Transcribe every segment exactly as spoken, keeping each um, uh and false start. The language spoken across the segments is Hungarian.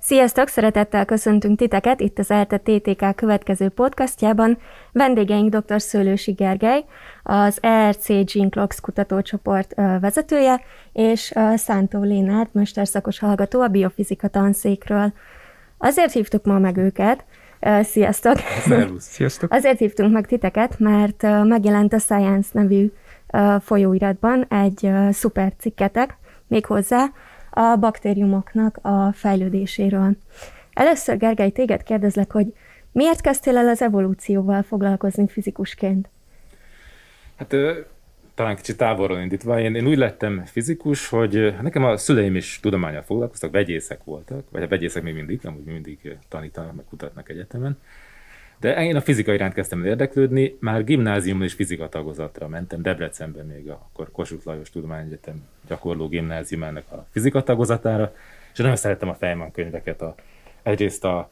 Sziasztok! Szeretettel köszöntünk titeket itt az ELTE té té ká következő podcastjában. Vendégeink dr. Szőlősi Gergely, az e er cé GeneClocks kutatócsoport vezetője, és Szántó Lénárd, mesterszakos hallgató a biofizika tanszékről. Azért hívtuk ma meg őket, sziasztok! Szervusz! Sziasztok! Azért hívtunk meg titeket, mert megjelent a Science nevű folyóiratban egy szuper cikketek, méghozzá a baktériumoknak a fejlődéséről. Először, Gergely, téged kérdezlek, hogy miért kezdtél el az evolúcióval foglalkozni fizikusként? Hát talán kicsit távolról indítva, én, én úgy lettem fizikus, hogy nekem a szüleim is tudománnyal foglalkoztak, vegyészek voltak, vagy a vegyészek még mindig, nem úgy mindig tanítanak, meg kutatnak egyetemen. De én a fizika iránt kezdtem el érdeklődni, már gimnáziumban és fizika tagozatra mentem, Debrecenben még akkor Kossuth Lajos Tudományegyetem gyakorló gimnáziumának a fizika tagozatára, és nagyon szerettem a Feynman könyveket, a, egyrészt a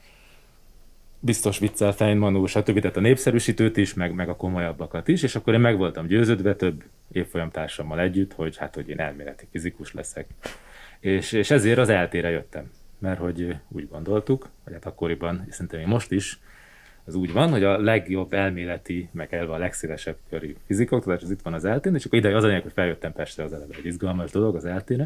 biztos viccel Feynman, stb. Tehát a népszerűsítőt is, meg, meg a komolyabbakat is, és akkor én meg voltam győződve több évfolyamtársammal együtt, hogy hát, hogy én elméleti fizikus leszek. És, és ezért az eltére jöttem, mert hogy úgy gondoltuk, vagy hát akkoriban, és szerintem én most is, az úgy van, hogy a legjobb elméleti, meg elve a legszélesebb körű fizikaoktatás, az itt van az eltén, és akkor ide az anyag, hogy feljöttem Pestre, az eleve egy izgalmas dolog az eltére.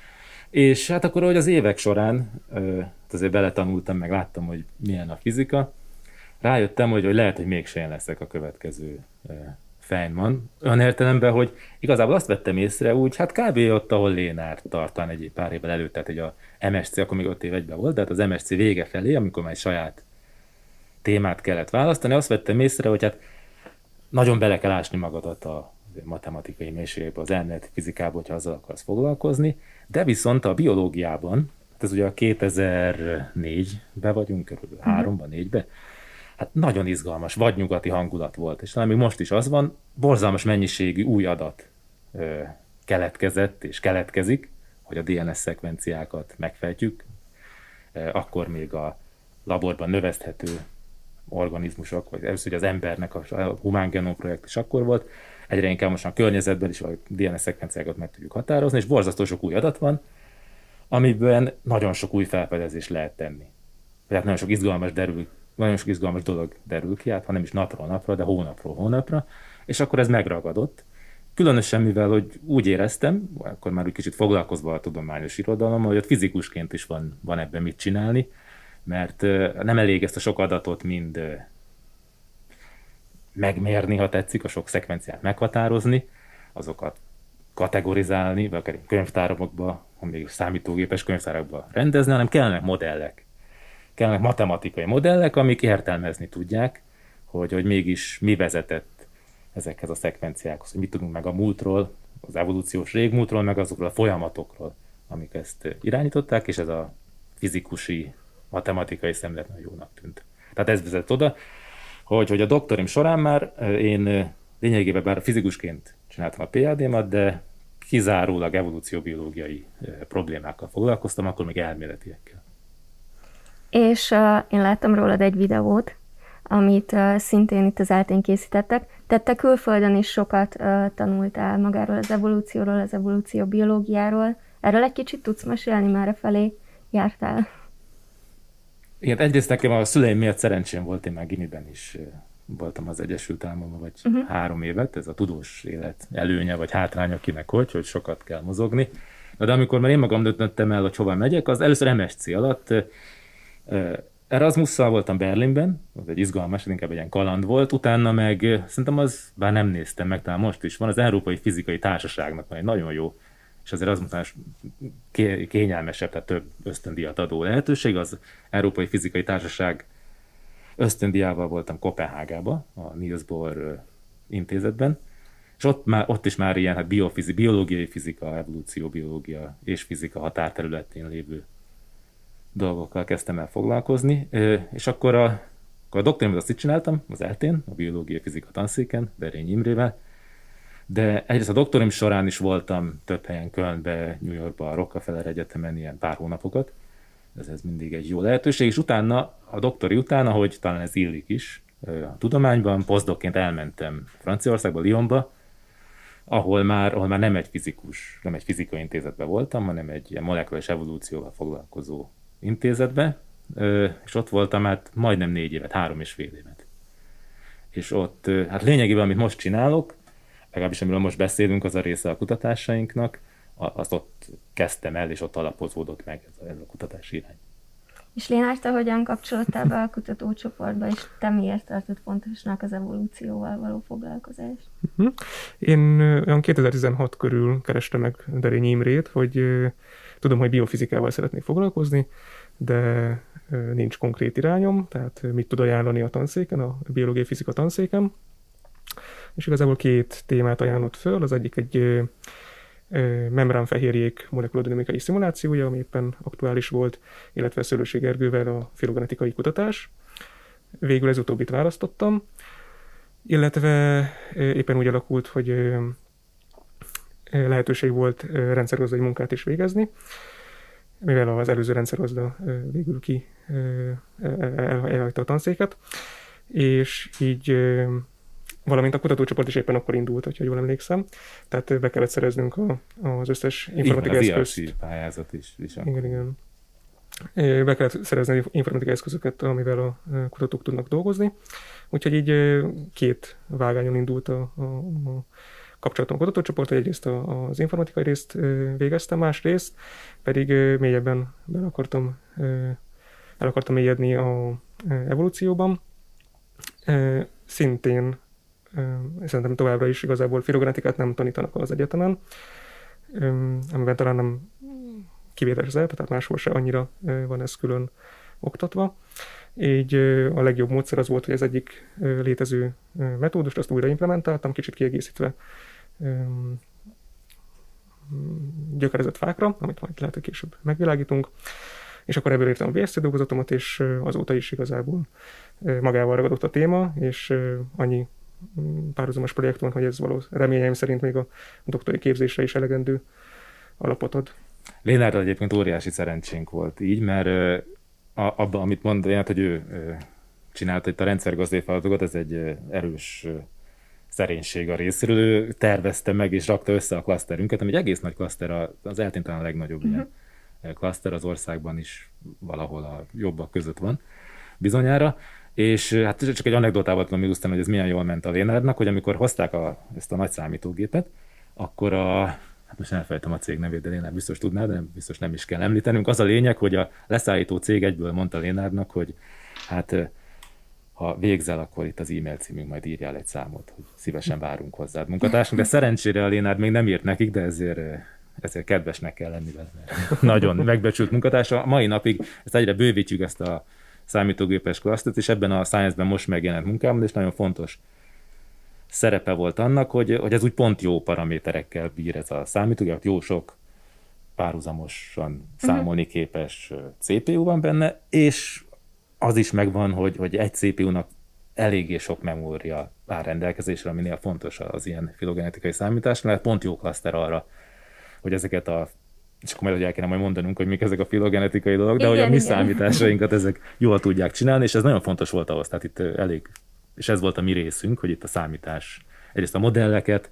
És hát akkor, hogy az évek során azért beletanultam, meg láttam, hogy milyen a fizika, rájöttem, hogy, hogy lehet, hogy mégse én leszek a következő Feynman. Olyan értelemben, hogy igazából azt vettem észre úgy, hát kb. Ott, ahol Lénárd tartan egy pár évvel előtt, tehát hogy a em es cé, akkor még öt év egyben volt, de hát az em es cé vége felé, amikor már egy saját témát kellett választani, azt vettem észre, hogy hát nagyon bele kell ásni magadat a matematikai mélységekbe, az elméleti fizikába, hogyha azzal akarsz foglalkozni, de viszont a biológiában, hát ez ugye a kétezer-négyben vagyunk, körülbelül háromban, négyben, hát nagyon izgalmas, vadnyugati hangulat volt, és talán még most is az van, borzalmas mennyiségű új adat ö, keletkezett és keletkezik, hogy a dé en es szekvenciákat megfejtjük, e, akkor még a laborban növeszthető organizmusok, vagy először az embernek a humán genom projekt is akkor volt, egyre inkább most a környezetben is a dé en es szekvenciákat meg tudjuk határozni, és borzasztó sok új adat van, amiben nagyon sok új felfedezést lehet tenni. Tehát nagyon sok izgalmas, derül, nagyon sok izgalmas dolog derül ki, hát ha nem is napról napra, de hónapról hónapra, és akkor ez megragadott. Különösen, mivel hogy úgy éreztem, akkor már úgy kicsit foglalkozva a tudományos irodalom, hogy ott fizikusként is van, van ebben mit csinálni, mert nem elég ezt a sok adatot mind megmérni, ha tetszik, a sok szekvenciát meghatározni, azokat kategorizálni, vagy akár könyvtárokba, még számítógépes könyvtárakba rendezni, hanem kellenek modellek. Kellenek matematikai modellek, amik értelmezni tudják, hogy, hogy mégis mi vezetett ezekhez a szekvenciákhoz, hogy mit tudunk meg a múltról, az evolúciós régmúltról, meg azokról a folyamatokról, amik ezt irányították, és ez a fizikusi matematikai szemlélet nagyon jónak tűnt. Tehát ez vezet oda, hogy, hogy a doktorim során már én lényegében bár fizikusként csináltam a pé há dé-mat, de kizárólag evolúcióbiológiai problémákkal foglalkoztam, akkor még elméletiekkel. És uh, én láttam rólad egy videót, amit uh, szintén itt az eltén készítettek. Tehát te külföldön is sokat uh, tanultál magáról az evolúcióról, az evolúcióbiológiáról. Erről egy kicsit tudsz mesélni, merre felé jártál? Igen, egyrészt nekem a szüleim miatt szerencsém volt, én már gimiben is voltam az Egyesült Államokban, vagy uh-huh. három évet, ez a tudós élet előnye, vagy hátránya kinek hogy, hogy sokat kell mozogni. De amikor már én magam döntöttem el, hogy hova megyek, az először em es cé alatt Erasmusszal voltam Berlinben, az egy izgalmas, inkább egy ilyen kaland volt, utána meg szerintem az, bár nem néztem meg, talán most is van, az Európai Fizikai Társaságnak van egy nagyon jó, és azért az mutatás kényelmesebb, tehát több ösztöndíjat adó lehetőség. Az Európai Fizikai Társaság ösztöndíjával voltam Kopenhágában, a Niels Bohr intézetben, és ott, már, ott is már ilyen hát biofizi, biológiai fizika, evolúcióbiológia és fizika határterületén lévő dolgokkal kezdtem el foglalkozni, és akkor a, akkor a doktorimat azt itt csináltam, az eltén, a biológiai fizika tanszéken, Berényi Imrével, de egyrészt a doktorim során is voltam több helyen, Kölnbe, New Yorkba, a Rockefeller Egyetemen ilyen pár hónapokat, ez, ez mindig egy jó lehetőség, és utána, a doktori után, ahogy talán ez illik is, a tudományban, posztdokként elmentem Franciaországba, Lyonba, ahol már, ahol már nem egy fizikus, nem egy fizikai intézetben voltam, hanem egy ilyen molekuláris evolúcióval foglalkozó intézetbe, és ott voltam hát majdnem négy évet, három és fél évet. És ott, hát lényegében, amit most csinálok, legalábbis amiről most beszélünk, az a része a kutatásainknak, azt ott kezdtem el, és ott alapozódott meg ez a, ez a kutatási irány. És Lénár, te hogyan kapcsolódtál be a kutatócsoportba, és te miért tartod fontosnak az evolúcióval való foglalkozást? Uh-huh. Én olyan kétezer-tizenhat körül kerestem meg Derényi Imrét, hogy uh, tudom, hogy biofizikával szeretnék foglalkozni, de uh, nincs konkrét irányom, tehát mit tud ajánlani a tanszéken, a biológiai fizika tanszéken. És igazából két témát ajánlott föl, az egyik egy uh, membránfehérjék molekuladinamikai szimulációja, ami éppen aktuális volt, illetve Szőlősi Gergővel a filogenetikai kutatás. Végül ez utóbbit választottam, illetve éppen úgy alakult, hogy lehetőség volt rendszergazdai munkát is végezni, mivel az előző rendszergazda végül ki elhagyta a tanszéket, és így valamint a kutatócsoport is éppen akkor indult, hogyha jól emlékszem. Tehát be kellett szereznünk a, az összes informatikai eszközt. Igen, az i er cé pályázat is. is igen, igen. Be kellett szerezni informatikai eszközöket, amivel a kutatók tudnak dolgozni. Úgyhogy így két vágányon indult a, a, a kapcsolatom a kutatócsoport, hogy egyrészt az informatikai részt végeztem, másrészt pedig mélyebben bele akartam, el akartam mélyedni a evolúcióban. Szintén szerintem továbbra is igazából filogenetikát nem tanítanak az egyetemen, amiben talán nem kivételes, tehát máshol se annyira van ez külön oktatva. Így a legjobb módszer az volt, hogy az egyik létező metódust azt újra implementáltam, kicsit kiegészítve gyökerezett fákra, amit majd lehet, hogy később megvilágítunk. És akkor ebből írtam a bé es cé dolgozatomat, és azóta is igazából magával ragadott a téma, és annyi párhuzamos projekt van, hogy ez valószínűleg reményeim szerint még a doktori képzésre is elegendő alapot ad. Lénárral egyébként óriási szerencsénk volt így, mert abban, amit mond Lénár, hogy ő csinálta itt a rendszergazdai feladatokat, ez egy erős szerénység a részéről. Ő tervezte meg és rakta össze a klaszterünket, ami egy egész nagy klaszter, az eltén talán a legnagyobb uh-huh. ilyen klaszter az országban is valahol a jobbak között van bizonyára. És hát csak egy anekdotával tudom megosztani, hogy ez milyen jól ment a Lénárnak, hogy amikor hozták a, ezt a nagy számítógépet, akkor a, hát most elfelejtem a cég nevét, de Lénár biztos tudná, de biztos nem is kell említenünk. Az a lényeg, hogy a leszállító cég egyből mondta Lénárnak, hogy hát ha végzel, akkor itt az e-mail címünk, majd írjál egy számot, hogy szívesen várunk hozzád munkatársunk, de szerencsére a Lénárd még nem írt nekik, de ezért, ezért kedvesnek kell lenni vele. Nagyon megbecsült munkatársa. A mai napig ezt egyre bővítjük, ezt a számítógépes klasztert, és ebben a Science-ben most megjelent munkában, és nagyon fontos szerepe volt annak, hogy, hogy ez úgy pont jó paraméterekkel bír ez a számítógép, jó sok párhuzamosan számolni képes cé pé u van benne, és az is megvan, hogy, hogy egy cé pé u-nak eléggé sok memória áll rendelkezésre, aminél fontos az ilyen filogenetikai számításnál, mert pont jó klaszter arra, hogy ezeket a és akkor majd el kéne majd mondanunk, hogy mik ezek a filogenetikai dolgok, de igen, hogy a mi igen. számításainkat ezek jól tudják csinálni, és ez nagyon fontos volt ahhoz, tehát itt elég, és ez volt a mi részünk, hogy itt a számítás, egyrészt a modelleket,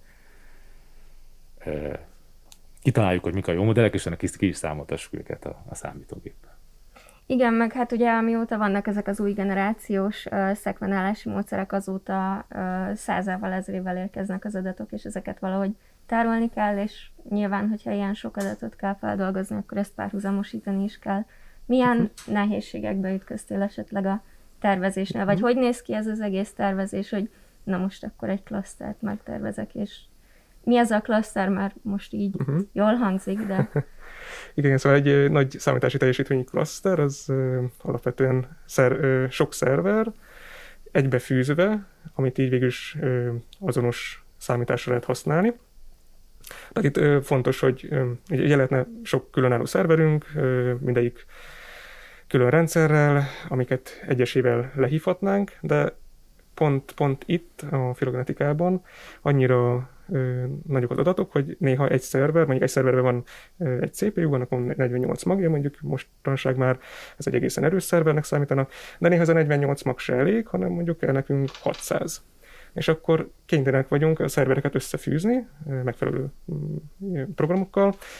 kitaláljuk, hogy mik a jó modellek, és ennek ki is számoltassuk őket a, a számítógéppel. Igen, meg hát ugye amióta vannak ezek az új generációs uh, szekvenálási módszerek, azóta uh, százával, ezrével érkeznek az adatok, és ezeket valahogy tárolni kell, és nyilván, hogyha ilyen sok adatot kell feldolgozni, akkor ezt párhuzamosítani is kell. Milyen uh-huh. nehézségekbe ütköztél esetleg a tervezésnél, vagy uh-huh. hogy néz ki ez az egész tervezés, hogy na most akkor egy klasztert megtervezek, és mi ez a klaszter, már most így uh-huh. jól hangzik, de... Igen, szóval egy nagy számítási teljesítményi klaszter, az uh, alapvetően szer, uh, sok szerver egybefűzve, amit így végül is uh, azonos számításra lehet használni. Tehát itt uh, fontos, hogy uh, ugye lehetne sok különálló szerverünk, uh, mindegyik külön rendszerrel, amiket egyesével lehívhatnánk, de pont, pont itt a filogenetikában annyira ö, nagyok az adatok, hogy néha egy szerver, mondjuk egy szerverben van ö, egy cé pé u, van, akkor negyvennyolc magja, mondjuk mostanság már ez egy egészen erős szervernek számítanak, de néha ez a negyvennyolc mag se elég, hanem mondjuk kell nekünk hatszáz. És akkor kénytelenek vagyunk a szervereket összefűzni ö, megfelelő ö, programokkal,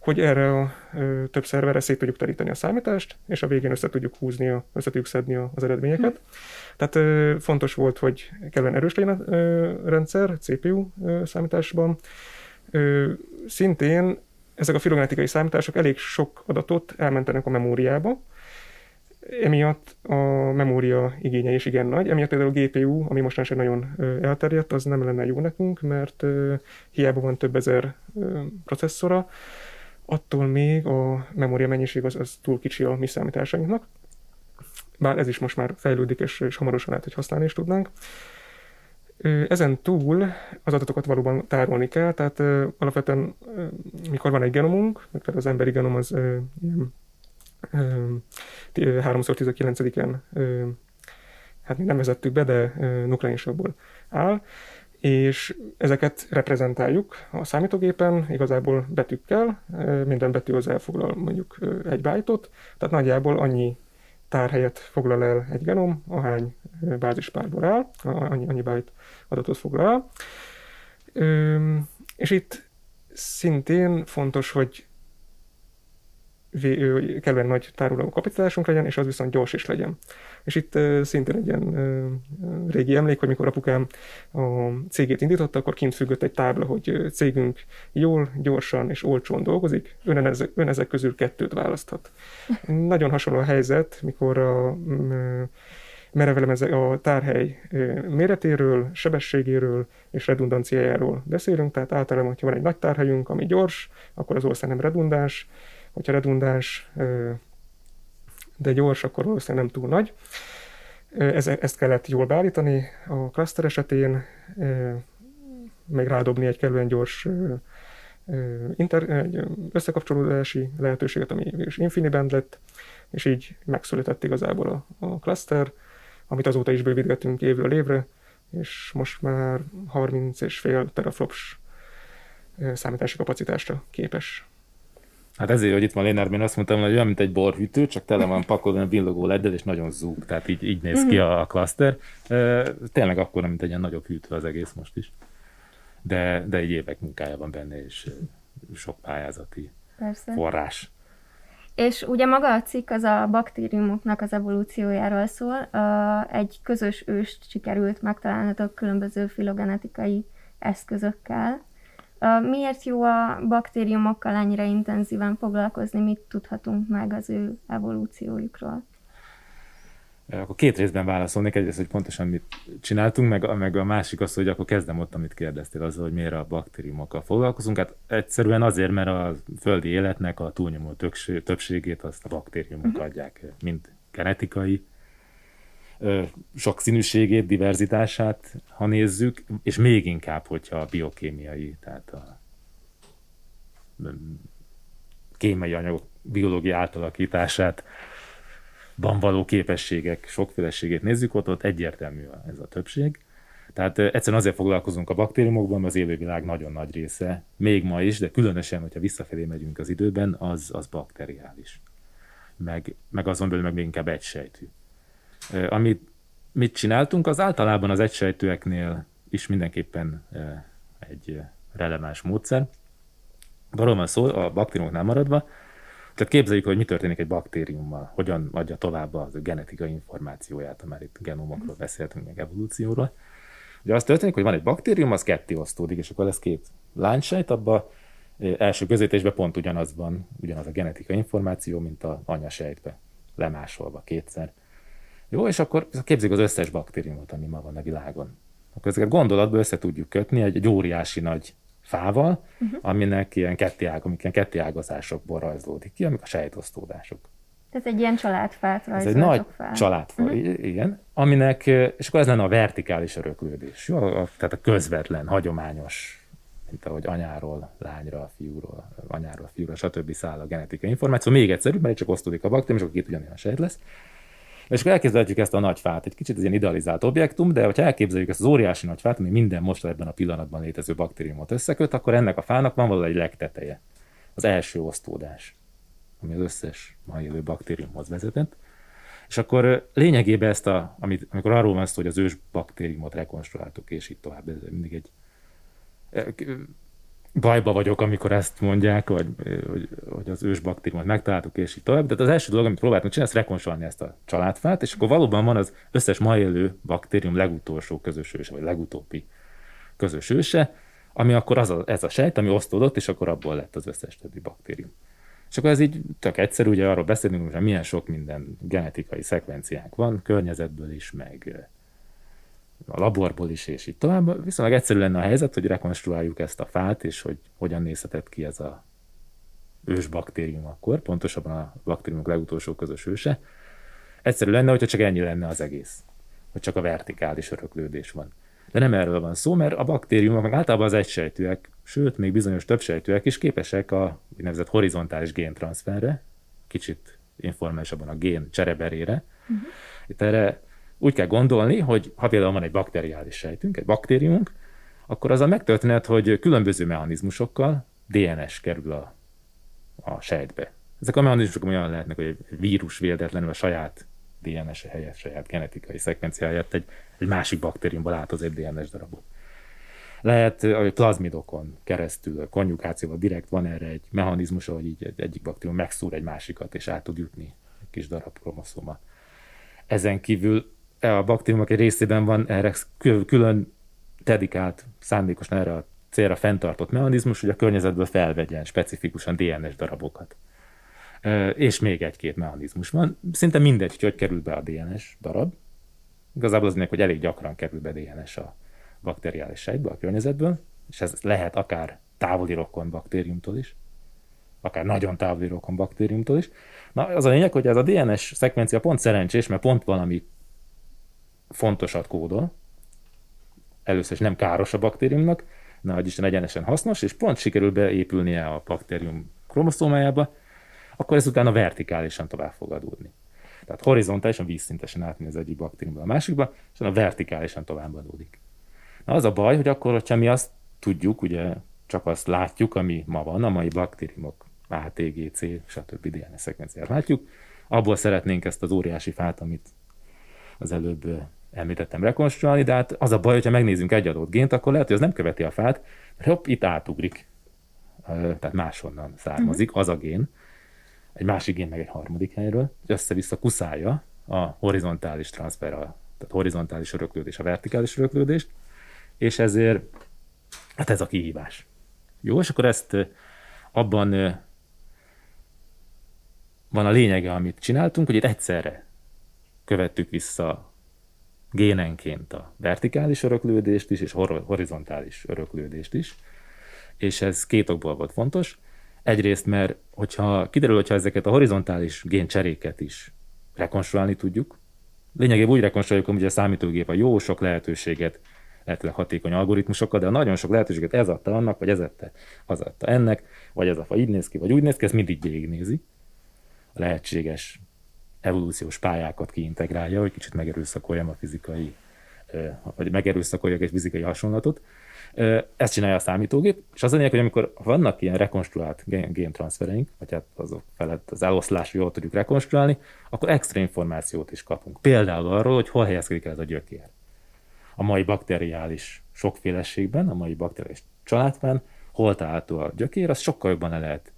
hogy erre a ö, több szerverre szét tudjuk teríteni a számítást, és a végén össze tudjuk húzni, a, össze tudjuk szedni az eredményeket. Mm. Tehát ö, fontos volt, hogy kellene erős legyen a ö, rendszer, cé pé u ö, számításban. Ö, szintén ezek a filogenetikai számítások elég sok adatot elmentenek a memóriába, emiatt a memória igénye is igen nagy, emiatt például a gé pé u, ami mostanában nagyon elterjedt, az nem lenne jó nekünk, mert hiába van több ezer processzora, attól még a memória mennyiség az, az túl kicsi a mi számításainknak. Bár ez is most már fejlődik, és, és hamarosan lehet, hogy használni is tudnánk. Ezen túl az adatokat valóban tárolni kell, tehát alapvetően mikor van egy genomunk, mert az emberi genom az ilyen háromszor tizenkilencediken hát mi nem vezettük be, de nukleinsokból áll, és ezeket reprezentáljuk a számítógépen, igazából betűkkel, minden betű az elfoglal mondjuk egy byte-ot, tehát nagyjából annyi tárhelyet foglal el egy genom, ahány bázispárból áll, annyi, annyi byte adatot foglal el. És itt szintén fontos, hogy kellően nagy tároló kapacitásunk legyen, és az viszont gyors is legyen. És itt uh, szintén egy ilyen uh, régi emlék, hogy mikor apukám a cégét indította, akkor kint függött egy tábla, hogy cégünk jól, gyorsan és olcsón dolgozik, ön ezek, ön ezek közül kettőt választhat. Nagyon hasonló a helyzet, mikor a uh, merevelem a tárhely méretéről, sebességéről és redundanciájáról beszélünk, tehát általában, hogyha van egy nagy tárhelyünk, ami gyors, akkor az ország nem redundáns, hogyha redundáns, de gyors, akkor valószínűleg nem túl nagy. Ezt kellett jól beállítani a cluster esetén, meg rádobni egy kellően gyors inter, egy összekapcsolódási lehetőséget, ami is InfiniBand lett, és így megszületett igazából a, a cluster, amit azóta is bővítgetünk évről évre, és most már harminc és fél teraflops számítási kapacitásra képes. Hát ezért, hogy itt van Lénárd, én azt mondtam, hogy olyan, mint egy borhűtő, csak tele van pakolva a villogó leddel, és nagyon zúg. Tehát így, így néz ki a, a cluster. Tényleg akkor, mint egy ilyen nagyobb hűtő az egész most is. De, de egy évek munkája van benne, és sok pályázati Persze. forrás. És ugye maga a cikk az a baktériumoknak az evolúciójáról szól. Egy közös őst sikerült megtalálnatok különböző filogenetikai eszközökkel. Miért jó a baktériumokkal ennyire intenzíven foglalkozni? Mit tudhatunk meg az ő evolúciójukról? Akkor két részben válaszolnék. Egyrészt, hogy pontosan mit csináltunk, meg, meg a másik az, hogy akkor kezdem ott, amit kérdeztél, az, hogy miért a baktériumokkal foglalkozunk. Hát egyszerűen azért, mert a földi életnek a túlnyomó többségét azt a baktériumok uh-huh. adják, mint genetikai sokszínűségét, diverzitását, ha nézzük, és még inkább, hogyha a biokémiai, tehát a kémiai anyagok biológiai átalakítását ban való képességek sokféleségét nézzük, ott, ott egyértelmű ez a többség. Tehát egyszerűen azért foglalkozunk a baktériumokban, mert az élővilág nagyon nagy része, még ma is, de különösen, hogyha visszafelé megyünk az időben, az, az bakteriális. Meg, meg azon belül meg még inkább egysejtű. Amit mit csináltunk, az általában az egysejtőeknél is mindenképpen egy releváns módszer. Arról van szó, a baktériumoknál maradva, tehát képzeljük, hogy mi történik egy baktériummal, hogyan adja tovább a genetikai információját, ha már itt genomokról beszéltünk, meg evolúcióról. Ugye az történik, hogy van egy baktérium, az ketté osztódik, és akkor lesz két lánysejt, abban első közétésben pont ugyanaz van, ugyanaz a genetikai információ, mint az anyasejtbe, lemásolva kétszer. Jó, és akkor képzeljük az összes baktériumot, ami ma van a világon. Akkor ezeket gondolatból össze tudjuk kötni egy, egy óriási nagy fával, uh-huh. aminek ilyen kettiág, amik ilyen kettiágazásokból rajzolódik ki, amik a sejtosztódások. Tehát egy ilyen családfát rajzoltok fel. Ez egy nagy fel. családfa, uh-huh. igen, aminek, és akkor ez lenne a vertikális öröklődés, jó? Tehát a közvetlen, hagyományos, mint ahogy anyáról, lányra, fiúról, anyáról, fiúra, stb. Száll a genetikai információ. Még egyszerűbb, mert csak osztódik a baktérium, és akkor két ugyanilyen sejt lesz. És akkor elképzeljük ezt a nagy fát, egy kicsit ez ilyen idealizált objektum, de hogyha elképzeljük ezt az óriási nagy fát, ami minden most ebben a pillanatban létező baktériumot összeköt, akkor ennek a fának van valami egy legteteje. Az első osztódás, ami az összes ma élő baktériumhoz vezetett. És akkor lényegében ezt, a, amit, amikor arról van szó, hogy az ős baktériumot rekonstruáltuk, és így tovább, ez mindig egy bajba vagyok, amikor ezt mondják, vagy, hogy, hogy az ősbaktériumot megtaláltuk, és így tovább. De az első dolog, amit próbáltunk csinálni, ez rekonstruálni ezt a családfát, és akkor valóban van az összes ma élő baktérium legutolsó közös őse, vagy legutóbbi közös őse, ami akkor az a, ez a sejt, ami osztódott, és akkor abból lett az összes többi baktérium. És akkor ez így tök egyszerű, ugye arról beszélünk, hogy milyen sok minden genetikai szekvenciánk van, környezetből is, meg a laborból is, és így tovább. Viszonylag egyszerű lenne a helyzet, hogy rekonstruáljuk ezt a fát, és hogy hogyan nézhetett ki ez a ősbaktérium akkor, pontosabban a baktériumok legutolsó közös őse. Egyszerű lenne, hogyha csak ennyi lenne az egész, hogy csak a vertikális öröklődés van. De nem erről van szó, mert a baktériumok meg általában az egysejtűek, sőt, még bizonyos többsejtűek is képesek a úgynevezett horizontális géntranszferre, kicsit informálisabban a gén csereberére. Uh-huh. Itt erre úgy kell gondolni, hogy ha például van egy bakteriális sejtünk, egy baktériumunk, akkor az a megtörténhet, hogy különböző mechanizmusokkal dé en es kerül a, a sejtbe. Ezek a mechanizmusok olyan lehetnek, hogy egy vírus véletlenül a saját dé en es helyett, saját genetikai szekvenciáját egy, egy másik baktériumból átoz egy dé en es darabot. Lehet, hogy plazmidokon keresztül, konjugációval direkt van erre egy mechanizmus, hogy így egy, egyik baktérium megszúr egy másikat, és át tud jutni egy kis darab kromoszóma. Ezen kívül a baktériumok egy részében van erre külön dedikált, szándékosan erre a célra fenntartott mechanizmus, hogy a környezetből felvegyen specifikusan dé en es darabokat. És még egy-két mechanizmus van. Szinte mindegy, hogy hogy kerül be a dé en es darab. Igazából az mindenki, hogy elég gyakran kerül be dé en es a bakteriális sejtbe, a környezetből, és ez lehet akár távoli rokon baktériumtól is, akár nagyon távoli rokon baktériumtól is. Na, az a lényeg, hogy ez a dé en es szekvencia pont szerencsés, mert pont valami fontosat kódol, először is nem káros a baktériumnak, na, Isten egyenesen hasznos, és pont sikerül beépülnie a baktérium kromoszómájába, akkor ez utána vertikálisan tovább fog adódni. Tehát horizontálisan, vízszintesen átmegy az egyik baktériumból a másikba, és a vertikálisan tovább adódik. Na, az a baj, hogy akkor, hogyha mi azt tudjuk, ugye csak azt látjuk, ami ma van, a mai baktériumok, á té gé cé, stb. dé en es szekvenciát látjuk, abból szeretnénk ezt az óriási fát, amit az előbb említettem, rekonstruálni, de hát az a baj, hogyha megnézzünk egy adott gént, akkor lehet, hogy az nem követi a fát, mert hopp, itt átugrik. Tehát máshonnan származik az a gén, egy másik gén meg egy harmadik helyről, össze-vissza kuszálja a horizontális transfer, a, tehát horizontális öröklődés, a vertikális öröklődést, és ezért, hát ez a kihívás. Jó, és akkor ezt abban van a lényege, amit csináltunk, hogy itt egyszerre követtük vissza génenként a vertikális öröklődést is, és horizontális öröklődést is. És ez két okból volt fontos. Egyrészt, mert hogyha kiderül, hogyha ezeket a horizontális géncseréket is rekonstruálni tudjuk, lényegében úgy rekonstruáljuk, hogy a számítógép a jó sok lehetőséget, lehetőleg hatékony algoritmusokkal, de a nagyon sok lehetőséget ez adta annak, vagy ez adta, az adta ennek, vagy ez a fa így néz ki, vagy úgy néz ki, ez mindig végignézi. A lehetséges evolúciós pályákat kiintegrálja, hogy kicsit megerőszakoljam a fizikai, vagy megerőszakoljak egy fizikai hasonlatot. Ezt csinálja a számítógép, és az a lényeg, hogy amikor vannak ilyen rekonstruált géntranszfereink, vagy hát azok felett az eloszlás, jól tudjuk rekonstruálni, akkor extra információt is kapunk. Például arról, hogy hol helyezkedik el ez a gyökér. A mai bakteriális sokféleségben, a mai bakteriális családban, hol található a gyökér, az sokkal jobban le lehet,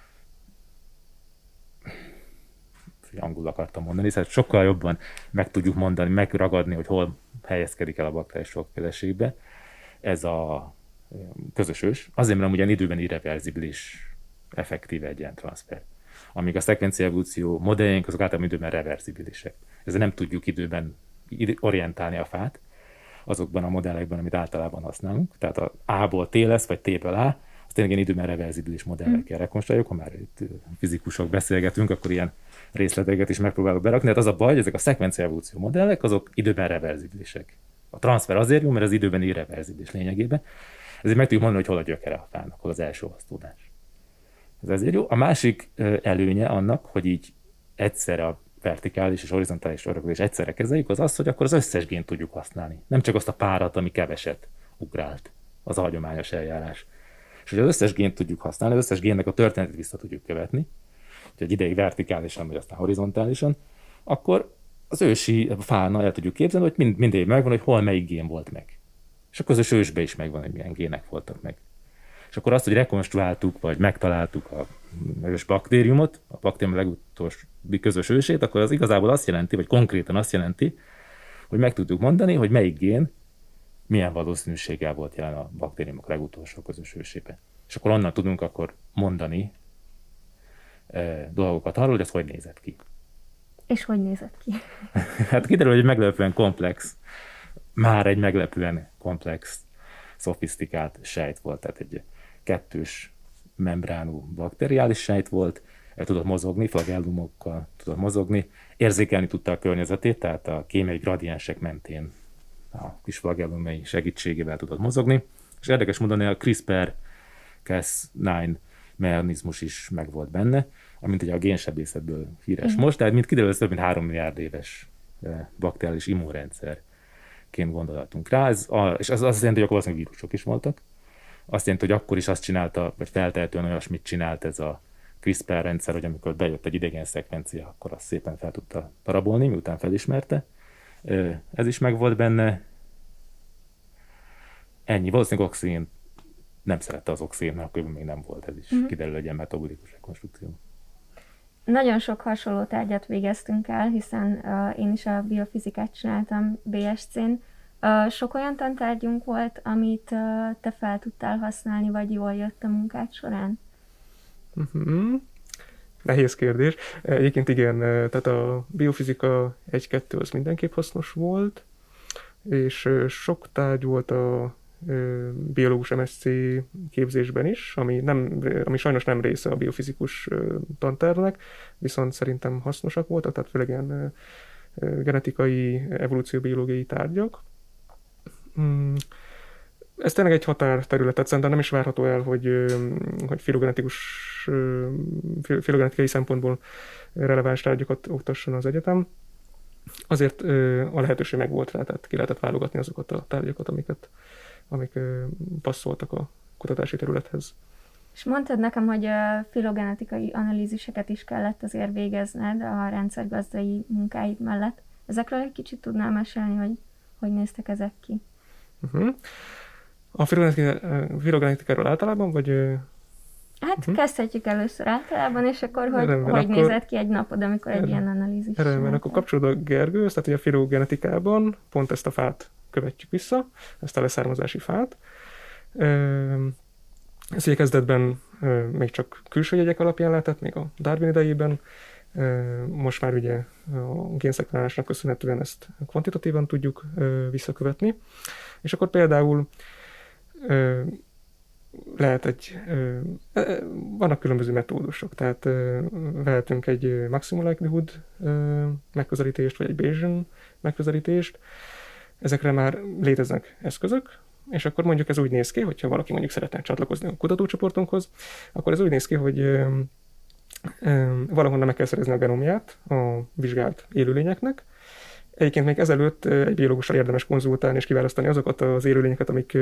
angolul akartam mondani, szóval sokkal jobban meg tudjuk mondani, megragadni, hogy hol helyezkedik el a bakteriális sokféleségben ez a közös ős. Azért, mert ugyan időben irreverzibilis, effektíve egy ilyen transfer. Amíg a szekvencia evolúció modelljeink azok általában időben reverzibilisek. Ezzel nem tudjuk időben orientálni a fát azokban a modellekben, amit általában használunk. Tehát a A-ból T lesz, vagy T-ből A, azt tényleg ilyen időben reverzibilis modellekkel rekonstruáljuk. Ha már itt fizikusok beszélgetünk, akkor ilyen részleteket is megpróbálok berakni. Hát az a baj, hogy ezek a szekvencia evolúció modellek, azok időben reverzibilisek. A transfer azért jó, mert az időben irreverzibilis lényegében. Ezért meg tudjuk mondani, hogy hol a gyökere a fának, hol az első osztódás. Ez ezért jó. A másik előnye annak, hogy így egyszerre a vertikális és horizontális öröklődés egyszerre kezeljük, az az, hogy akkor az összes gént tudjuk használni. Nem csak azt a párat, ami keveset ugrált, az a hagyományos eljárás. És hogy az összes gént tudjuk használni, az összes génnek a történetét vissza tudjuk követni, hogy egy ideig vertikálisan, vagy aztán horizontálisan, akkor az ősi fánál el tudjuk képzelni, hogy mind, mindig megvan, hogy hol melyik gén volt meg. És a közös ősbe is megvan, hogy milyen gének voltak meg. És akkor azt, hogy rekonstruáltuk, vagy megtaláltuk a közös baktériumot, a baktérium legutolsó közös ősét, akkor az igazából azt jelenti, vagy konkrétan azt jelenti, hogy meg tudjuk mondani, hogy melyik gén milyen valószínűséggel volt jelen a baktériumok legutolsó közös ősébe. És akkor onnan tudunk akkor mondani e, dolgokat arról, hogy ez hogy nézett ki. És hogy nézett ki? Hát kiderül, hogy meglepően komplex, már egy meglepően komplex, szofisztikált sejt volt, tehát egy kettős membránú bakteriális sejt volt, el tudott mozogni, flagellumokkal tudott mozogni, érzékelni tudta a környezetét, tehát a kémiai gradiensek mentén a kis flagellumai segítségével tudott mozogni, és érdekes módon a CRISPR Cas kilenc mechanizmus is megvolt benne, amint ugye a génsebészetből híres uh-huh. most, tehát mint kiderül, több mint három milliárd éves bakteriális immunrendszerként gondolhatunk rá, ez a, és az azt jelenti, hogy akkor valószínűleg vírusok is voltak. Azt jelenti, hogy akkor is azt csinálta, vagy feltehetően olyasmit csinált ez a CRISPR rendszer, hogy amikor bejött egy idegen szekvencia, akkor azt szépen fel tudta darabolni, miután felismerte. Ez is megvolt benne. Ennyi. Valószínűleg oxigén nem szerette az oxigén, mert akkor még nem volt. Ez is uh-huh. kiderül egy ilyen metabolikus rekonstrukció. Nagyon sok hasonló tárgyat végeztünk el, hiszen uh, én is a biofizikát csináltam bé es cén. Uh, sok olyan tantárgyunk volt, amit uh, te fel tudtál használni, vagy jól jött a munkád során? Uh-huh. Nehéz kérdés. Egyébként igen, tehát a biofizika egy-kettő az mindenképp hasznos volt, és sok tárgy volt a biológus em es cé képzésben is, ami, nem, ami sajnos nem része a biofizikus tantárnak, viszont szerintem hasznosak voltak, tehát főleg ilyen genetikai, evolúcióbiológiai tárgyak. Ez tényleg egy határterületet, szerintem nem is várható el, hogy, hogy filogenetikus, filogenetikai szempontból releváns tárgyakat oktasson az egyetem. Azért a lehetőség meg volt rá, tehát ki lehetett válogatni azokat a tárgyakat, amiket, amik passzoltak a kutatási területhez. És mondtad nekem, hogy a filogenetikai analíziseket is kellett azért végezned a rendszergazdai munkáid mellett. Ezekről egy kicsit tudnál mesélni, hogy hogy néztek ezek ki? Uh-huh. A filogenetikáról általában, vagy... Hát uh-huh. kezdhetjük először általában, és akkor hogy, Rendben, hogy akkor... nézett ki egy napod, amikor egy ilyen analízis Rendben, csináltál? Akkor kapcsolódva a Gergőhöz, tehát ugye a filogenetikában pont ezt a fát követjük vissza, ezt a leszármazási fát. Ez ugye kezdetben még csak külső jegyek alapján lehetett, még a Darwin idejében. Most már ugye a génszekvenálásnak köszönhetően ezt kvantitatívan tudjuk visszakövetni. És akkor például lehet egy, vannak különböző metódusok, tehát vehetünk egy maximum likelihood megközelítést, vagy egy Bayesian megközelítést. Ezekre már léteznek eszközök, és akkor mondjuk ez úgy néz ki, hogyha valaki mondjuk szeretne csatlakozni a kutatócsoportunkhoz, akkor ez úgy néz ki, hogy valahonnan meg kell szerezni a genomját a vizsgált élőlényeknek. Egyébként még ezelőtt egy biológussal érdemes konzultálni és kiválasztani azokat az élőlényeket, amik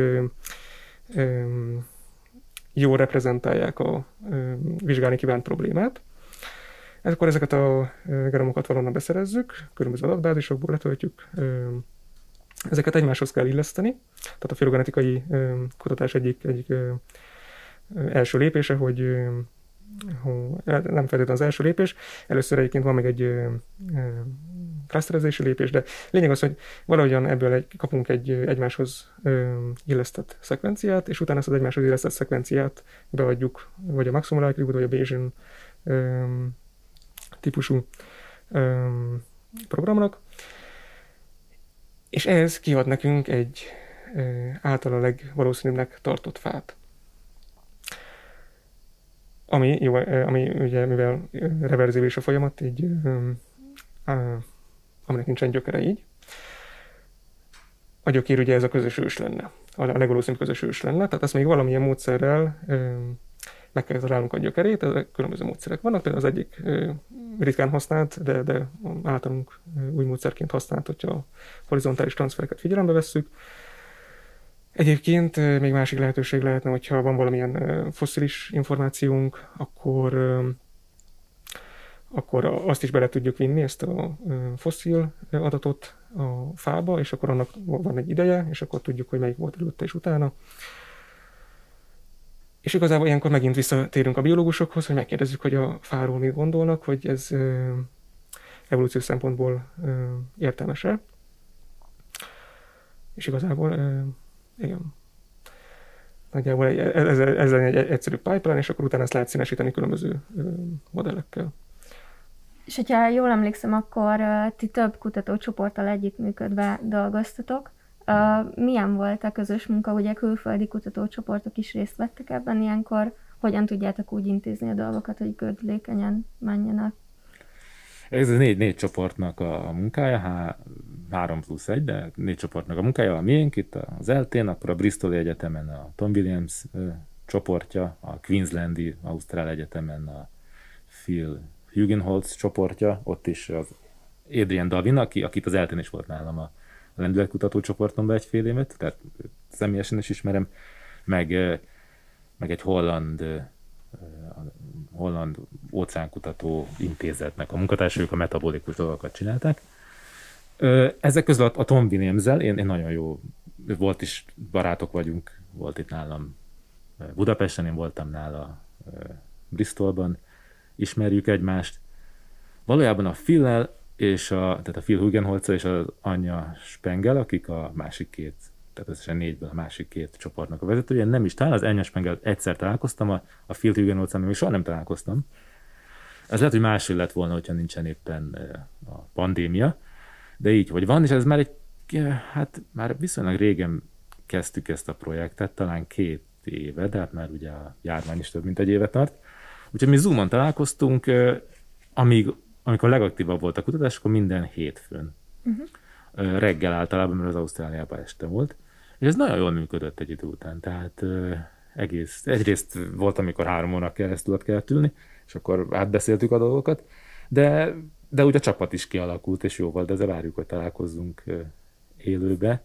jól reprezentálják a vizsgálni kívánt problémát. Akkor ezeket a genomokat valahonnan beszerezzük, különböző adatbázisokból letöltjük. Ezeket egymáshoz kell illeszteni. Tehát a filogenetikai kutatás egyik, egyik első lépése, hogy nem feltétlenül az első lépés. Először egyébként van még egy klaszterezési lépés, de lényeg az, hogy valahogyan ebből egy, kapunk egy egymáshoz illesztett szekvenciát, és utána ezt az egymáshoz illesztett szekvenciát beadjuk, vagy a maximum likelihood, vagy a Bayesian típusú programnak, és ez kiad nekünk egy általa legvalószínűbbnek tartott fát. Ami, jó, ami ugye, mivel reverzibilis a folyamat, így, aminek nincsen gyökere így, a gyökér ugye ez a közös ős lenne, a legvalószínűbb közös ős lenne, tehát ezt még valamilyen módszerrel meg kell találnunk a gyökerét, ezek különböző módszerek vannak, például az egyik ritkán használt, de, de általunk új módszerként használt, hogyha a horizontális transfereket figyelembe vesszük. Egyébként még másik lehetőség lehetne, hogyha van valamilyen fosszilis információnk, akkor, akkor azt is bele tudjuk vinni, ezt a fosszil adatot a fába, és akkor annak van egy ideje, és akkor tudjuk, hogy melyik volt előtte és utána. És igazából ilyenkor megint visszatérünk a biológusokhoz, hogy megkérdezzük, hogy a fáról mit gondolnak, hogy ez evolúciós szempontból értelmes-e. És igazából, igen, nagyjából ez, ez egy egyszerű pipeline, és akkor utána ezt lehet színesíteni különböző modellekkel. És hogyha jól emlékszem, akkor ti több kutatócsoporttal együttműködve dolgoztatok. Milyen volt a közös munka? Ugye külföldi kutatócsoportok is részt vettek ebben ilyenkor. Hogyan tudjátok úgy intézni a dolgokat, hogy gördülékenyen menjenek? Ez a négy, négy csoportnak a munkája, há, három plusz egy, de négy csoportnak a munkája, a miénk itt az é el té-n, akkor a Bristol Egyetemen a Tom Williams ö, csoportja, a Queenslandi Ausztrál Egyetemen a Phil Hugenholtz csoportja, ott is az Adrian Davin, aki, akit az é el té-n is volt nálam a lendületkutató csoportomban egy fél évet, tehát személyesen is ismerem, meg, meg egy holland holland óceánkutató intézetnek a munkatársai, a metabolikus dolgokat csinálták. Ezek közül a Tom Williams-zel én, én nagyon jó, volt is, barátok vagyunk, volt itt nálam Budapesten, én voltam nála Bristolban, ismerjük egymást. Valójában a Phil-lel és a, tehát a Phil Hugenholtz és az Anja Spengel, akik a másik két, tehát összesen négyből a másik két csoportnak a vezetője. Nem is talán az Anja Spengel egyszer találkoztam, a, a Phil Hugenholtz-al még soha nem találkoztam. Ez lehet, hogy máshogy lett volna, hogyha nincsen éppen a pandémia, de így, hogy van, és ez már egy, hát már viszonylag régen kezdtük ezt a projektet, talán két éve, de hát már ugye a járvány is több mint egy éve tart. Úgyhogy mi Zoomon találkoztunk, amíg amikor legaktívabb volt a kutatás, akkor minden hétfőn. Uh-huh. Reggel általában, mert az Ausztráliában este volt. És ez nagyon jól működött egy idő után. Tehát uh, egész, egyrészt volt, amikor három óra keresztül ott kellett ülni, és akkor átbeszéltük a dolgokat, de, de úgy a csapat is kialakult, és jó volt, de ezzel várjuk, hogy találkozzunk uh, élőbe.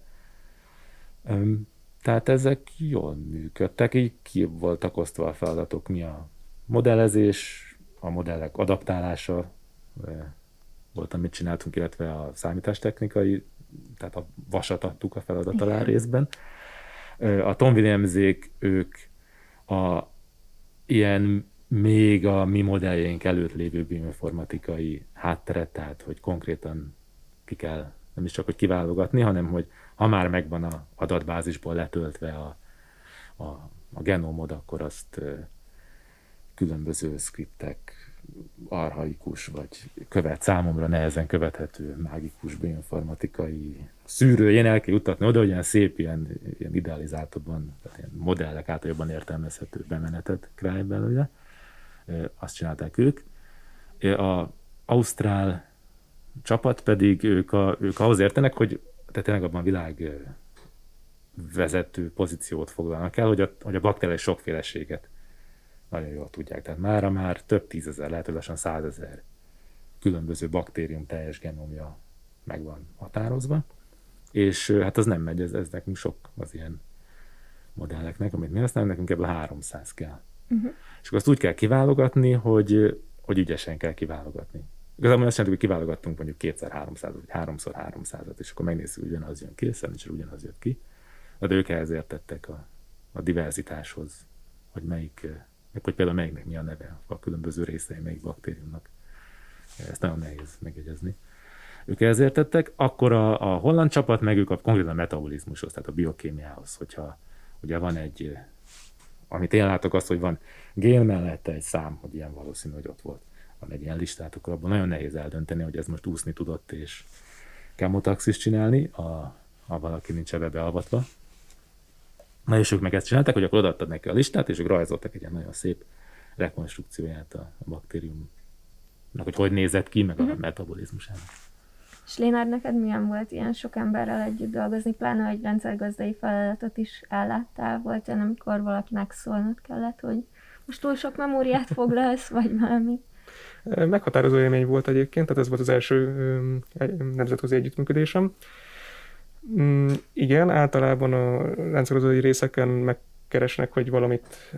Um, tehát ezek jól működtek, így ki voltak osztva a feladatok, mi a modellezés, a modellek adaptálása, volt, amit csináltunk, illetve a számítástechnikai, tehát a vasat adtuk a feladat alá részben. A Tom Williamsék, ők a ilyen még a mi modelljeink előtt lévő bioinformatikai hátteret, tehát hogy konkrétan ki kell, nem is csak hogy kiválogatni, hanem hogy ha már megvan a adatbázisból letöltve a, a, a genomod, akkor azt különböző skriptek, archaikus, vagy követ, számomra nehezen követhető, mágikus bioinformatikai szűrőjén el kell juttatni oda, hogy ilyen szép, ilyen, ilyen idealizáltabban, tehát ilyen modellek által jobban értelmezhető bemenetet králj belőle. Azt csinálták ők. A ausztrál csapat pedig ők, a, ők ahhoz értenek, hogy tehát tényleg abban a világ vezető pozíciót foglalnak el, hogy a, hogy a bakteriális sokféleséget nagyon jól tudják. Tehát mára már több tízezer, lehet, hogy lassan százezer különböző baktérium teljes genomja meg van határozva, és hát az nem megy, ez, ez nekünk sok az ilyen modelleknek, amit mi használunk, nekünk ebből háromszáz kell. Uh-huh. És akkor azt úgy kell kiválogatni, hogy, hogy ügyesen kell kiválogatni. Igazából azt jelenti, hogy kiválogattunk mondjuk kétszer-háromszázat, vagy háromszor háromszázat, és akkor megnézzük, hogy ugyanaz jön ki, és ugyanaz jött ki. De ők ehhez értettek a, a diverzitáshoz, hogy melyik, hogy például melyiknek mi a neve, a különböző részei melyik baktériumnak. Ezt nagyon nehéz megjegyezni. Ők ehhez értettek, akkor a, a holland csapat meg ők a konkrétan a metabolizmushoz, tehát a biokémiához, hogyha ugye van egy, amit én látok azt, hogy van gén mellette egy szám, hogy ilyen valószínű, hogy ott volt. Van egy ilyen listát, akkor abban nagyon nehéz eldönteni, hogy ez most úszni tudott, és kemotaxis csinálni, a, ha valaki nincs ebbe beavatva. Na és ők meg ezt csinálták, hogy akkor odaadtad neki a listát, és ők rajzoltak egy ilyen nagyon szép rekonstrukcióját a, a baktériumnak, hogy hogy nézett ki, meg a uh-huh. metabolizmusának. És Lénárd, neked milyen volt ilyen sok emberrel együtt dolgozni, pláne, hogy rendszergazdai feladatot is elláttál, volt olyan, amikor valakinek szólnod kellett, hogy most túl sok memóriát foglalsz, vagy valami? Meghatározó élmény volt egyébként, tehát ez volt az első nemzetközi együttműködésem. Igen, általában a rendszergazdai részeken megkeresnek, hogy valamit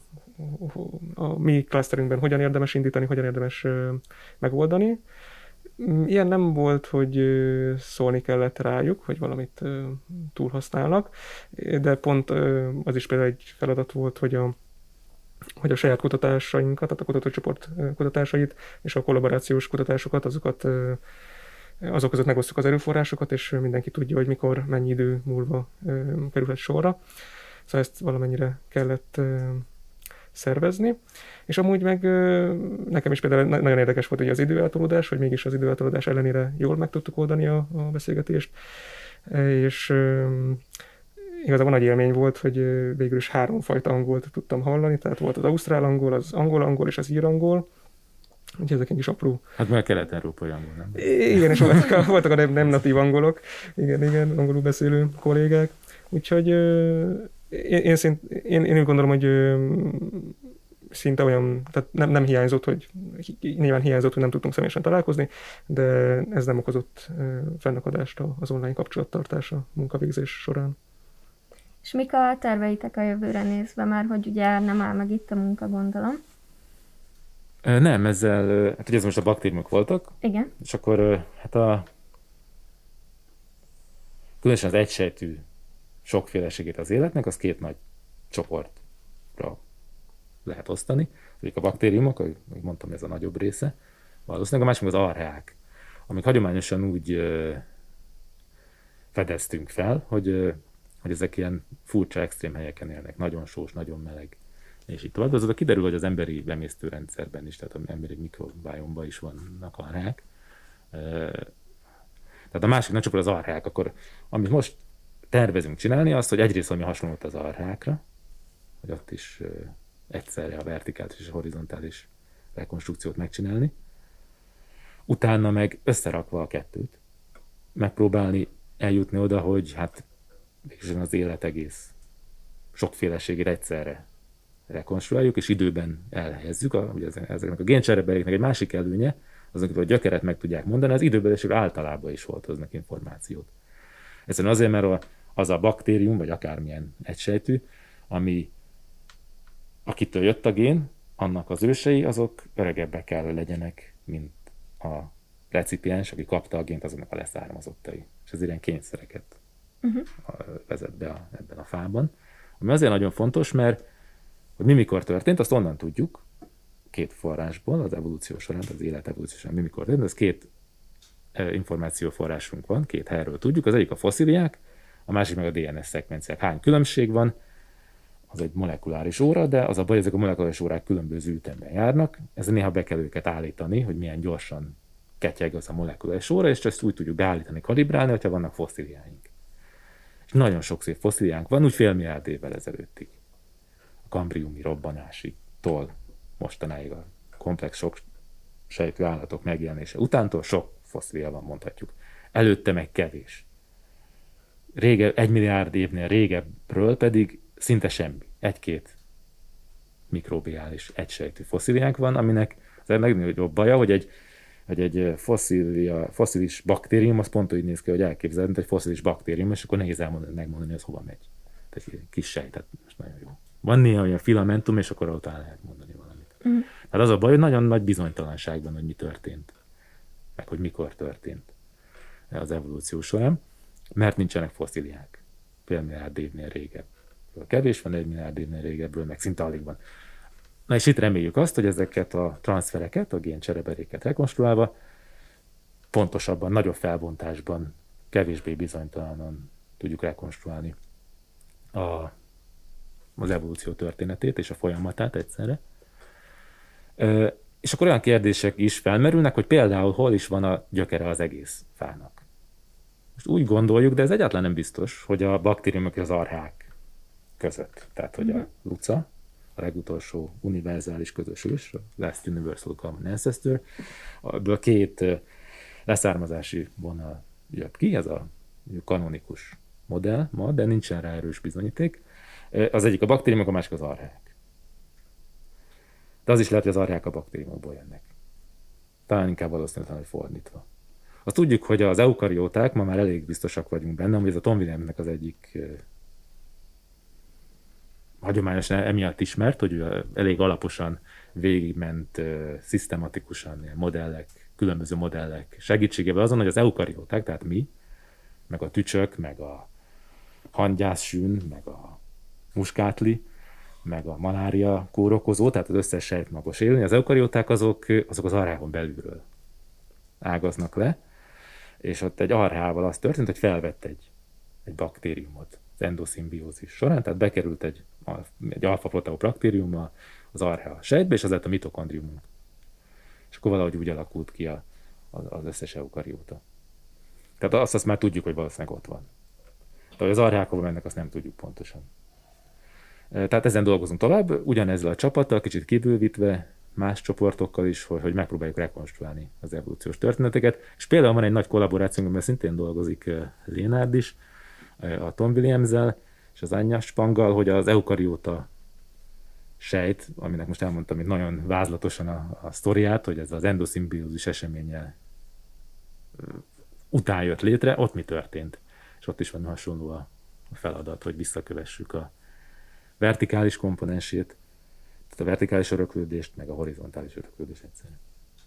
a mi klaszterünkben hogyan érdemes indítani, hogyan érdemes megoldani. Ilyen nem volt, hogy szólni kellett rájuk, hogy valamit túlhasználnak, de pont az is például egy feladat volt, hogy a, hogy a saját kutatásainkat, tehát a kutatócsoport kutatásait és a kollaborációs kutatásokat, azokat azok között megosztjuk az erőforrásokat, és mindenki tudja, hogy mikor, mennyi idő múlva kerülhet sorra. Szóval ezt valamennyire kellett szervezni. És amúgy meg nekem is például nagyon érdekes volt ugye az időeltolódás, hogy mégis az időeltolódás ellenére jól meg tudtuk oldani a, a beszélgetést. És igazából nagy élmény volt, hogy végül is háromfajta angolt tudtam hallani, tehát volt az ausztrál angol, az angol angol és az ír angol. Úgyhogy ezek egy kis apró... Hát már kelet-európai angol, nem? Igen, és voltak, voltak a nem, nem natív angolok, igen, igen, angolul beszélő kollégák. Úgyhogy én, én, szint, én, én úgy gondolom, hogy szinte olyan, tehát nem, nem hiányzott, hogy nyilván hiányzott, hogy nem tudtunk személyesen találkozni, de ez nem okozott fennakadást az online kapcsolattartás a munkavégzés során. És mik a terveitek a jövőre nézve már, hogy ugye nem áll meg itt a munka, gondolom? Nem, ezzel, hát ugye ez most a baktériumok voltak. Igen. És akkor hát a különösen az egysejtű sokféleségét az életnek, az két nagy csoportra lehet osztani. Egyik a baktériumok, ahogy mondtam, ez a nagyobb része. Valószínűleg a másik az archeák, amik hagyományosan úgy fedeztünk fel, hogy, hogy ezek ilyen furcsa, extrém helyeken élnek, nagyon sós, nagyon meleg, és így tovább. De azóta kiderül, hogy az emberi emésztőrendszerben is, tehát az emberi mikrobájomban is vannak archeák. Tehát a másik nagy csoport az archeák, akkor amit most tervezünk csinálni, az, hogy egyrészt valami hasonlót az archeákra, hogy ott is egyszerre a vertikális és a horizontális rekonstrukciót megcsinálni. Utána meg összerakva a kettőt, megpróbálni eljutni oda, hogy hát az élet egész sokféleségét egyszerre rekonstruáljuk, és időben elhelyezzük. A, ugye ezeknek a géncserebeléknek egy másik előnye, azok, hogy a gyökeret meg tudják mondani, az időbelésről általában is hordoznak információt. Egyszerűen azért, mert az a baktérium, vagy akármilyen egysejtű, ami akitől jött a gén, annak az ősei, azok öregebbek kell, hogy legyenek, mint a recipiens, aki kapta a gént, azoknak a leszármazottai. És ez ilyen kényszereket uh-huh. vezet be a, ebben a fában. Ami azért nagyon fontos, mert hogy mi mikor történt, azt onnan tudjuk, két forrásból, az evolúció során, az élet evolúció során mi mikor történt, ez két információforrásunk van, két helyről tudjuk, az egyik a fosszíliák, a másik meg a dé en es szekvenciák. Hány különbség van, az egy molekuláris óra, de az a baj, ezek a molekuláris órák különböző ütemben járnak, ezzel néha be kell őket állítani, hogy milyen gyorsan ketyeg az a molekuláris óra, és ezt úgy tudjuk beállítani, kalibrálni, hogyha vannak fosszíliáink. És nagyon sok szép fosszíliánk van, úgy fél milliárd évvel ezelőttig. A kambriumi robbanásigtól mostanáig a komplex sok sejtű állatok megjelenése utántól sok fosszília van, mondhatjuk. Előtte meg kevés. Rége, egy milliárd évnél régebbről pedig szinte semmi. Egy-két mikrobiális egysejtű fosszíliánk van, aminek az a legnagyobb baja, hogy egy, hogy egy fosszília, fosszilis baktérium, az pont úgy néz ki, hogy elképzeled, mint egy fosszilis baktérium, és akkor nehéz elmondani, megmondani, hogy az hova megy. Tehát egy kis sejt, tehát most nagyon jó. Van néha olyan filamentum, és akkor ott el lehet mondani valamit. Mm. Tehát az a baj, hogy nagyon nagy bizonytalanságban, hogy mi történt, meg hogy mikor történt az evolúció során, mert nincsenek fosszíliák. Fél milliárd évnél régebb. Kevés van, egy milliárd évnél régebbről, meg szinte alig van. Na és itt reméljük azt, hogy ezeket a transzfereket, a géncserebeléket rekonstruálva pontosabban, nagyobb felbontásban, kevésbé bizonytalanon tudjuk rekonstruálni a, az evolúció történetét és a folyamatát egyszerre. Ö, és akkor olyan kérdések is felmerülnek, hogy például hol is van a gyökere az egész fának. Most úgy gondoljuk, de ez egyáltalán nem biztos, hogy a baktériumok és az archeák között. Tehát, hogy a luca, a legutolsó univerzális közösülés, a Last Universal Common Ancestor, ebből két leszármazási vonal jött ki, ez a kanonikus modell ma, de nincsen rá erős bizonyíték. Az egyik a baktériumok, a másik az archeák. De az is lehet, hogy az archeák a baktériumokból jönnek. Talán inkább valószínűleg, hogy fordítva. Azt tudjuk, hogy az eukarióták, ma már elég biztosak vagyunk benne, hogy ez a Tom Williamsnek az egyik hagyományosan emiatt ismert, hogy ő elég alaposan végigment, szisztematikusan modellek különböző modellek segítségével azon, hogy az eukarióták, tehát mi, meg a tücsök, meg a hangyászsűn, meg a muskátli, meg a malária kórokozó, tehát az összes sejtmagos élőlény, az eukarióták azok, azok az archában belülről ágaznak le, és ott egy archával az történt, hogy felvett egy, egy baktériumot az endoszimbiózis során, tehát bekerült egy, egy alfa-proteobaktérium az archa sejtbe, és az lett a mitokondriumunk. És akkor valahogy úgy alakult ki a, az összes eukarióta. Tehát azt, azt már tudjuk, hogy valószínűleg ott van. De hogy az archákba mennek, azt nem tudjuk pontosan. Tehát ezen dolgozunk tovább, ugyanezzel a csapattal, kicsit kibővítve, más csoportokkal is, hogy, hogy megpróbáljuk rekonstruálni az evolúciós történeteket. És például van egy nagy kollaborációnk, amiben szintén dolgozik Lénárd is, a Tom Williams-zel és az Anya Spanggal, hogy az eukarióta sejt, aminek most elmondtam itt nagyon vázlatosan a, a sztoriát, hogy ez az endoszimbiózis eseménye után jött létre, ott mi történt. És ott is van hasonló a feladat, hogy visszakövessük a vertikális komponensét, tehát a vertikális öröklődést, meg a horizontális öröklődést egyszerűen.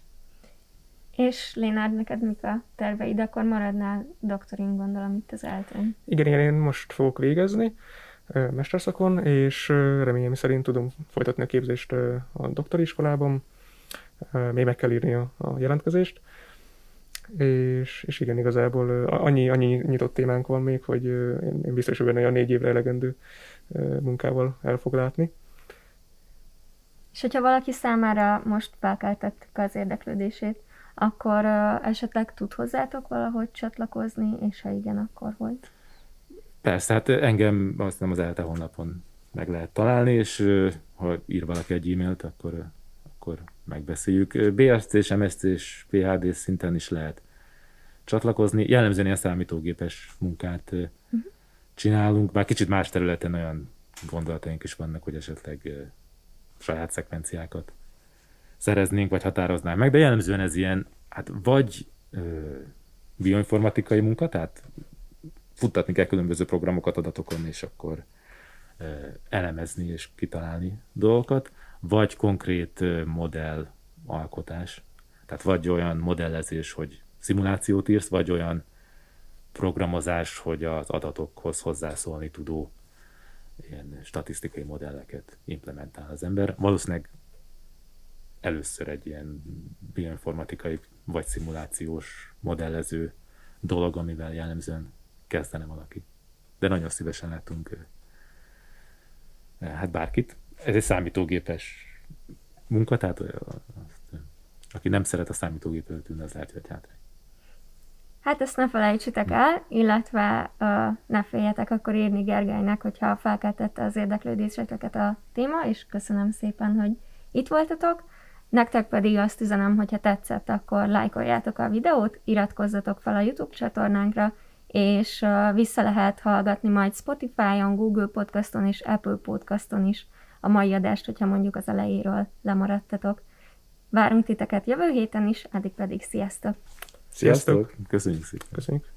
És Lénárd, neked mik a terveid? Akkor maradnál doktorin, gondolom, itt az eltén. Igen, igen, én most fogok végezni mesterszakon, és reményem szerint tudom folytatni a képzést a doktori iskolában. Még meg kell írni a, a jelentkezést. És, és igen, igazából annyi, annyi nyitott témánk van még, hogy én, én biztos, hogy a négy évre elegendő munkával el fog látni. És hogyha valaki számára most felkeltettük az érdeklődését, akkor uh, esetleg tud hozzátok valahogy csatlakozni, és ha igen, akkor hogy? Persze, hát engem azt hiszem az ELTE honlapon meg lehet találni, és uh, ha ír valaki egy e-mailt, akkor, uh, akkor megbeszéljük. bé es cé és em es cé és pé há dé szinten is lehet csatlakozni. Jellemzően ilyen számítógépes munkát uh, uh-huh. csinálunk, bár kicsit más területen olyan gondolataink is vannak, hogy esetleg uh, saját szekvenciákat szereznénk, vagy határoznánk meg, de jellemzően ez ilyen, hát vagy ö, bioinformatikai munka, tehát futtatni kell különböző programokat adatokon, és akkor ö, elemezni és kitalálni dolgokat, vagy konkrét ö, modell alkotás, tehát vagy olyan modellezés, hogy szimulációt írsz, vagy olyan programozás, hogy az adatokhoz hozzászólni tudó ilyen statisztikai modelleket implementál az ember. Valószínűleg először egy ilyen bioinformatikai vagy szimulációs modellező dolog, amivel jellemzően kezdene valaki. De nagyon szívesen látunk hát bárkit. Ez egy számítógépes munka, tehát aki nem szeret a számítógép előtt ülni, az lehet, hogy hátrány. Hát ezt ne felejtsétek el, illetve uh, ne féljetek akkor írni Gergelynek, hogyha felkeltette az érdeklődéseteket a téma, és köszönöm szépen, hogy itt voltatok. Nektek pedig azt üzenem, hogyha tetszett, akkor lájkoljátok a videót, iratkozzatok fel a YouTube csatornánkra, és uh, vissza lehet hallgatni majd Spotify-on, Google Podcaston és Apple Podcaston is a mai adást, hogyha mondjuk az elejéről lemaradtatok. Várunk titeket jövő héten is, addig pedig sziasztok! Sziasztok! Köszönjük szépen! Köszönjük!